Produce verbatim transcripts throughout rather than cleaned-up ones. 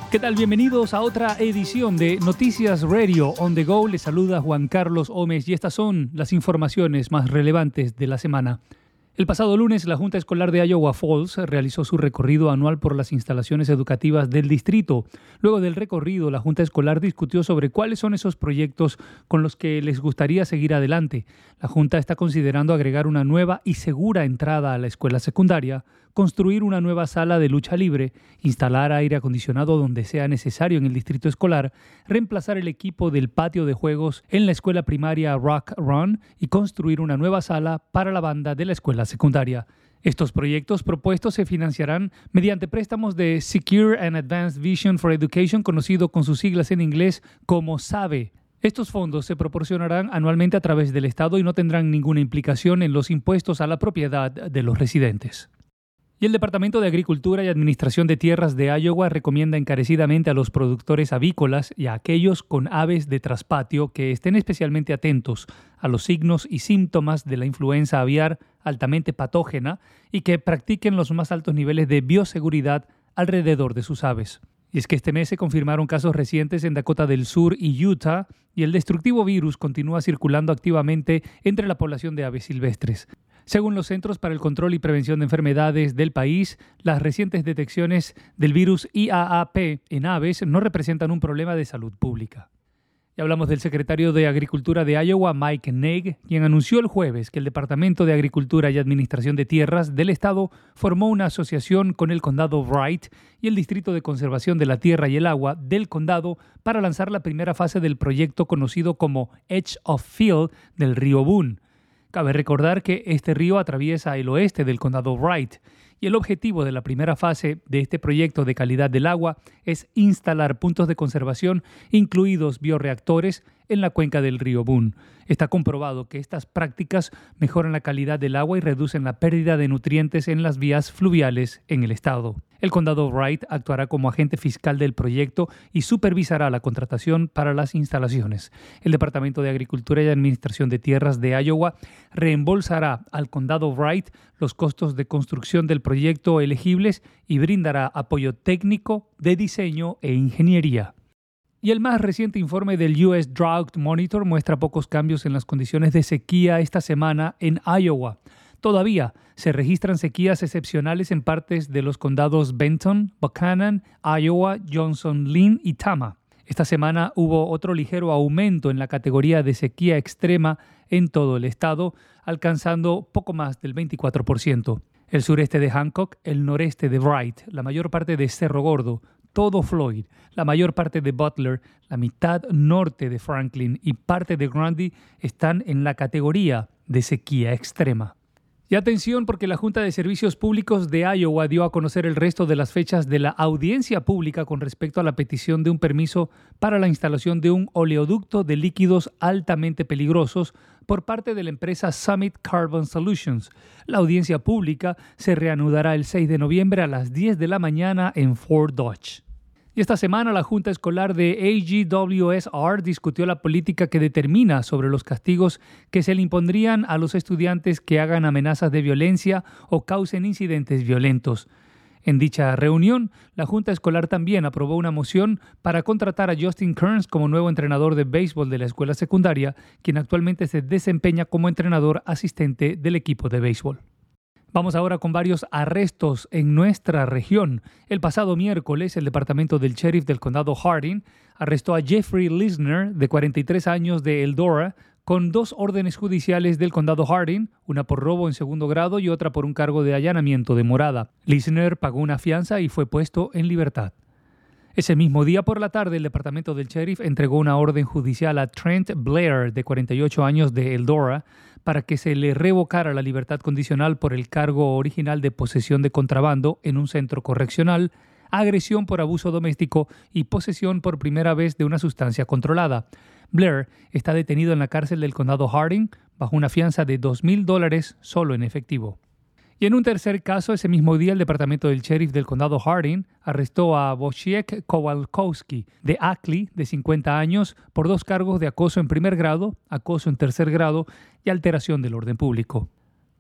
¿Qué tal? Bienvenidos a otra edición de Noticias Radio On The Go. Les saluda Juan Carlos Gómez y estas son las informaciones más relevantes de la semana. El pasado lunes, la Junta Escolar de Iowa Falls realizó su recorrido anual por las instalaciones educativas del distrito. Luego del recorrido, la Junta Escolar discutió sobre cuáles son esos proyectos con los que les gustaría seguir adelante. La Junta está considerando agregar una nueva y segura entrada a la escuela secundaria, construir una nueva sala de lucha libre, instalar aire acondicionado donde sea necesario en el distrito escolar, reemplazar el equipo del patio de juegos en la escuela primaria Rock Run y construir una nueva sala para la banda de la escuela secundaria. Estos proyectos propuestos se financiarán mediante préstamos de Secure and Advanced Vision for Education, conocido con sus siglas en inglés como SAVE. Estos fondos se proporcionarán anualmente a través del Estado y no tendrán ninguna implicación en los impuestos a la propiedad de los residentes. Y el Departamento de Agricultura y Administración de Tierras de Iowa recomienda encarecidamente a los productores avícolas y a aquellos con aves de traspatio que estén especialmente atentos a los signos y síntomas de la influenza aviar altamente patógena y que practiquen los más altos niveles de bioseguridad alrededor de sus aves. Y es que este mes se confirmaron casos recientes en Dakota del Sur y Utah, y el destructivo virus continúa circulando activamente entre la población de aves silvestres. Según los Centros para el Control y Prevención de Enfermedades del país, las recientes detecciones del virus I A A P en aves no representan un problema de salud pública. Y hablamos del secretario de Agricultura de Iowa, Mike Naig, quien anunció el jueves que el Departamento de Agricultura y Administración de Tierras del Estado formó una asociación con el condado Wright y el Distrito de Conservación de la Tierra y el Agua del condado para lanzar la primera fase del proyecto conocido como Edge of Field del río Boone. Cabe recordar que este río atraviesa el oeste del condado Wright y el objetivo de la primera fase de este proyecto de calidad del agua es instalar puntos de conservación, incluidos bioreactores, en la cuenca del río Boone. Está comprobado que estas prácticas mejoran la calidad del agua y reducen la pérdida de nutrientes en las vías fluviales en el estado. El condado Wright actuará como agente fiscal del proyecto y supervisará la contratación para las instalaciones. El Departamento de Agricultura y Administración de Tierras de Iowa reembolsará al condado Wright los costos de construcción del proyecto elegibles y brindará apoyo técnico de diseño e ingeniería. Y el más reciente informe del U S Drought Monitor muestra pocos cambios en las condiciones de sequía esta semana en Iowa. Todavía se registran sequías excepcionales en partes de los condados Benton, Buchanan, Iowa, Johnson, Linn y Tama. Esta semana hubo otro ligero aumento en la categoría de sequía extrema en todo el estado, alcanzando poco más del veinticuatro por ciento. El sureste de Hancock, el noreste de Wright, la mayor parte de Cerro Gordo, todo Floyd, la mayor parte de Butler, la mitad norte de Franklin y parte de Grundy están en la categoría de sequía extrema. Y atención, porque la Junta de Servicios Públicos de Iowa dio a conocer el resto de las fechas de la audiencia pública con respecto a la petición de un permiso para la instalación de un oleoducto de líquidos altamente peligrosos por parte de la empresa Summit Carbon Solutions. La audiencia pública se reanudará el seis de noviembre a las diez de la mañana en Fort Dodge. Y esta semana la Junta Escolar de A G W S R discutió la política que determina sobre los castigos que se le impondrían a los estudiantes que hagan amenazas de violencia o causen incidentes violentos. En dicha reunión, la Junta Escolar también aprobó una moción para contratar a Justin Kearns como nuevo entrenador de béisbol de la escuela secundaria, quien actualmente se desempeña como entrenador asistente del equipo de béisbol. Vamos ahora con varios arrestos en nuestra región. El pasado miércoles, el departamento del sheriff del condado Hardin arrestó a Jeffrey Lisner, de cuarenta y tres años, de Eldora, con dos órdenes judiciales del condado Hardin, una por robo en segundo grado y otra por un cargo de allanamiento de morada. Lisner pagó una fianza y fue puesto en libertad. Ese mismo día por la tarde, el departamento del sheriff entregó una orden judicial a Trent Blair, de cuarenta y ocho años, de Eldora, para que se le revocara la libertad condicional por el cargo original de posesión de contrabando en un centro correccional, agresión por abuso doméstico y posesión por primera vez de una sustancia controlada. Blair está detenido en la cárcel del condado Hardin bajo una fianza de dos mil dólares solo en efectivo. Y en un tercer caso, ese mismo día, el departamento del sheriff del condado Hardin arrestó a Wojciech Kowalkowski, de Ackley, de cincuenta años, por dos cargos de acoso en primer grado, acoso en tercer grado y alteración del orden público.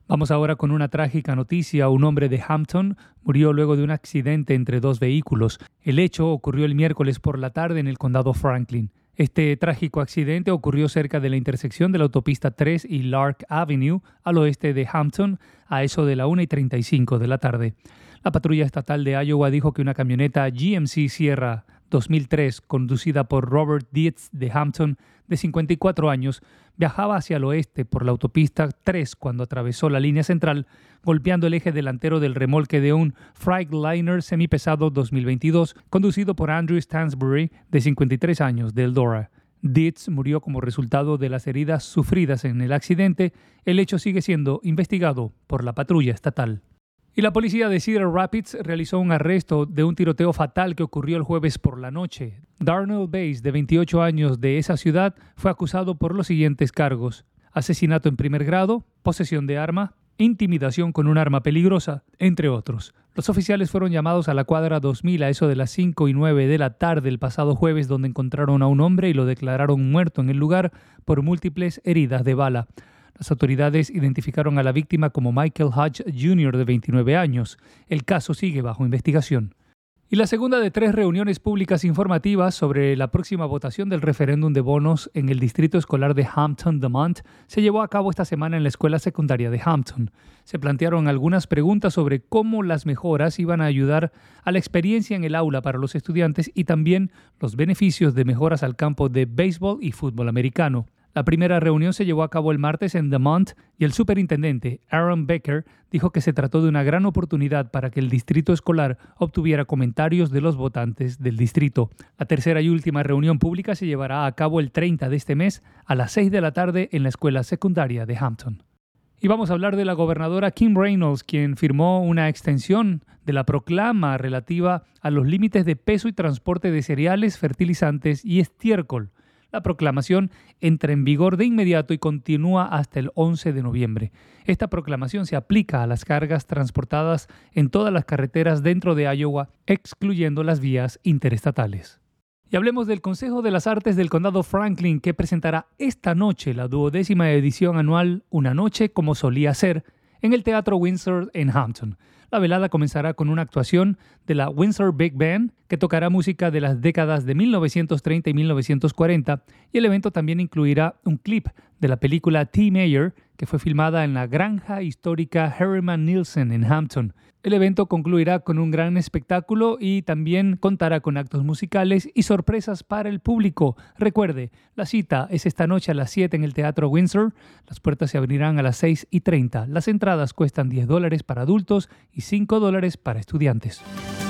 Vamos ahora con una trágica noticia. Un hombre de Hampton murió luego de un accidente entre dos vehículos. El hecho ocurrió el miércoles por la tarde en el condado Franklin. Este trágico accidente ocurrió cerca de la intersección de la autopista tres y Lark Avenue, al oeste de Hampton, a eso de la una y treinta y cinco de la tarde. La patrulla estatal de Iowa dijo que una camioneta G M C Sierra dos mil tres, conducida por Robert Dietz de Hampton, de cincuenta y cuatro años, viajaba hacia el oeste por la autopista tres cuando atravesó la línea central, golpeando el eje delantero del remolque de un Freightliner semipesado dos mil veintidós, conducido por Andrew Stansbury, de cincuenta y tres años, de Eldora. Dietz murió como resultado de las heridas sufridas en el accidente. El hecho sigue siendo investigado por la patrulla estatal. Y la policía de Cedar Rapids realizó un arresto de un tiroteo fatal que ocurrió el jueves por la noche. Darnell Bass, de veintiocho años, de esa ciudad, fue acusado por los siguientes cargos: asesinato en primer grado, posesión de arma, intimidación con un arma peligrosa, entre otros. Los oficiales fueron llamados a la cuadra dos mil a eso de las cinco y nueve de la tarde el pasado jueves, donde encontraron a un hombre y lo declararon muerto en el lugar por múltiples heridas de bala. Las autoridades identificaron a la víctima como Michael Hodge junior, de veintinueve años. El caso sigue bajo investigación. Y la segunda de tres reuniones públicas informativas sobre la próxima votación del referéndum de bonos en el distrito escolar de Hampton-Dumont se llevó a cabo esta semana en la escuela secundaria de Hampton. Se plantearon algunas preguntas sobre cómo las mejoras iban a ayudar a la experiencia en el aula para los estudiantes y también los beneficios de mejoras al campo de béisbol y fútbol americano. La primera reunión se llevó a cabo el martes en Dumont y el superintendente Aaron Becker dijo que se trató de una gran oportunidad para que el distrito escolar obtuviera comentarios de los votantes del distrito. La tercera y última reunión pública se llevará a cabo el treinta de este mes a las seis de la tarde en la escuela secundaria de Hampton. Y vamos a hablar de la gobernadora Kim Reynolds, quien firmó una extensión de la proclama relativa a los límites de peso y transporte de cereales, fertilizantes y estiércol. La proclamación entra en vigor de inmediato y continúa hasta el once de noviembre. Esta proclamación se aplica a las cargas transportadas en todas las carreteras dentro de Iowa, excluyendo las vías interestatales. Y hablemos del Consejo de las Artes del Condado Franklin, que presentará esta noche la duodécima edición anual Una Noche como solía ser en el Teatro Windsor en Hampton. La velada comenzará con una actuación de la Windsor Big Band, que tocará música de las décadas de mil novecientos treinta y mil novecientos cuarenta, y el evento también incluirá un clip de la película T. Mayer, que fue filmada en la granja histórica Harriman Nielsen en Hampton. El evento concluirá con un gran espectáculo y también contará con actos musicales y sorpresas para el público. Recuerde, la cita es esta noche a las siete en el Teatro Windsor. Las puertas se abrirán a las seis y treinta. Las entradas cuestan diez dólares para adultos y cinco dólares para estudiantes.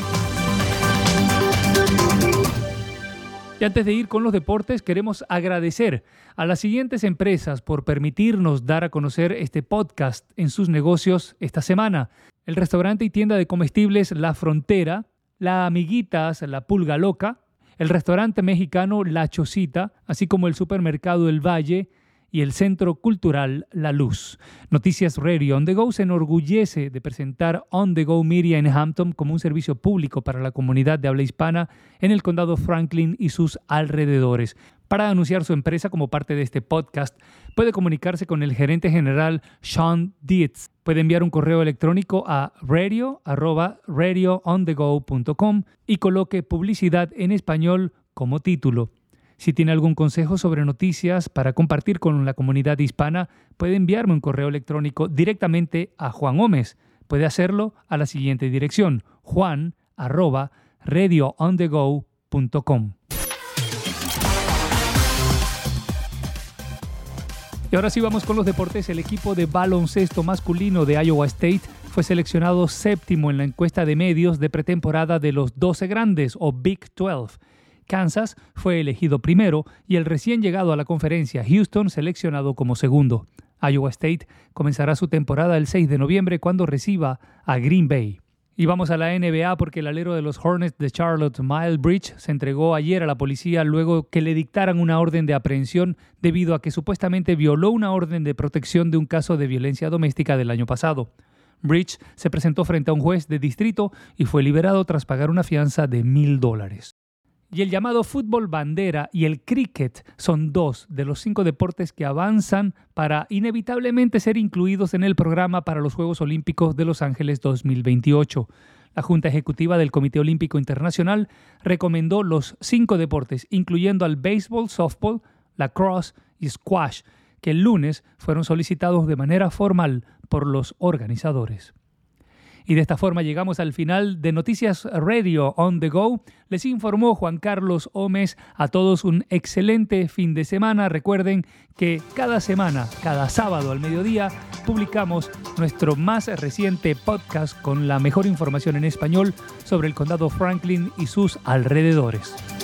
Y antes de ir con los deportes, queremos agradecer a las siguientes empresas por permitirnos dar a conocer este podcast en sus negocios esta semana. El restaurante y tienda de comestibles La Frontera, la Amiguitas La Pulga Loca, el restaurante mexicano La Chocita, así como el supermercado El Valle y el Centro Cultural La Luz. Noticias Radio On The Go se enorgullece de presentar On The Go Media en Hampton como un servicio público para la comunidad de habla hispana en el condado Franklin y sus alrededores. Para anunciar su empresa como parte de este podcast, puede comunicarse con el gerente general Sean Dietz. Puede enviar un correo electrónico a radio arroba radio on the go punto com y coloque publicidad en español como título. Si tiene algún consejo sobre noticias para compartir con la comunidad hispana, puede enviarme un correo electrónico directamente a Juan Gómez. Puede hacerlo a la siguiente dirección: juan arroba radio on the go punto com. Y ahora sí vamos con los deportes. El equipo de baloncesto masculino de Iowa State fue seleccionado séptimo en la encuesta de medios de pretemporada de los doce grandes o Big doce. Kansas fue elegido primero y el recién llegado a la conferencia Houston seleccionado como segundo. Iowa State comenzará su temporada el seis de noviembre cuando reciba a Green Bay. Y vamos a la N B A porque el alero de los Hornets de Charlotte, Miles Bridges, se entregó ayer a la policía luego que le dictaran una orden de aprehensión debido a que supuestamente violó una orden de protección de un caso de violencia doméstica del año pasado. Bridges se presentó frente a un juez de distrito y fue liberado tras pagar una fianza de mil dólares. Y el llamado fútbol bandera y el cricket son dos de los cinco deportes que avanzan para inevitablemente ser incluidos en el programa para los Juegos Olímpicos de Los Ángeles dos mil veintiocho. La Junta Ejecutiva del Comité Olímpico Internacional recomendó los cinco deportes, incluyendo al béisbol, softball, lacrosse y squash, que el lunes fueron solicitados de manera formal por los organizadores. Y de esta forma llegamos al final de Noticias Radio On The Go. Les informó Juan Carlos Gómez. A todos un excelente fin de semana. Recuerden que cada semana, cada sábado al mediodía, publicamos nuestro más reciente podcast con la mejor información en español sobre el condado Franklin y sus alrededores.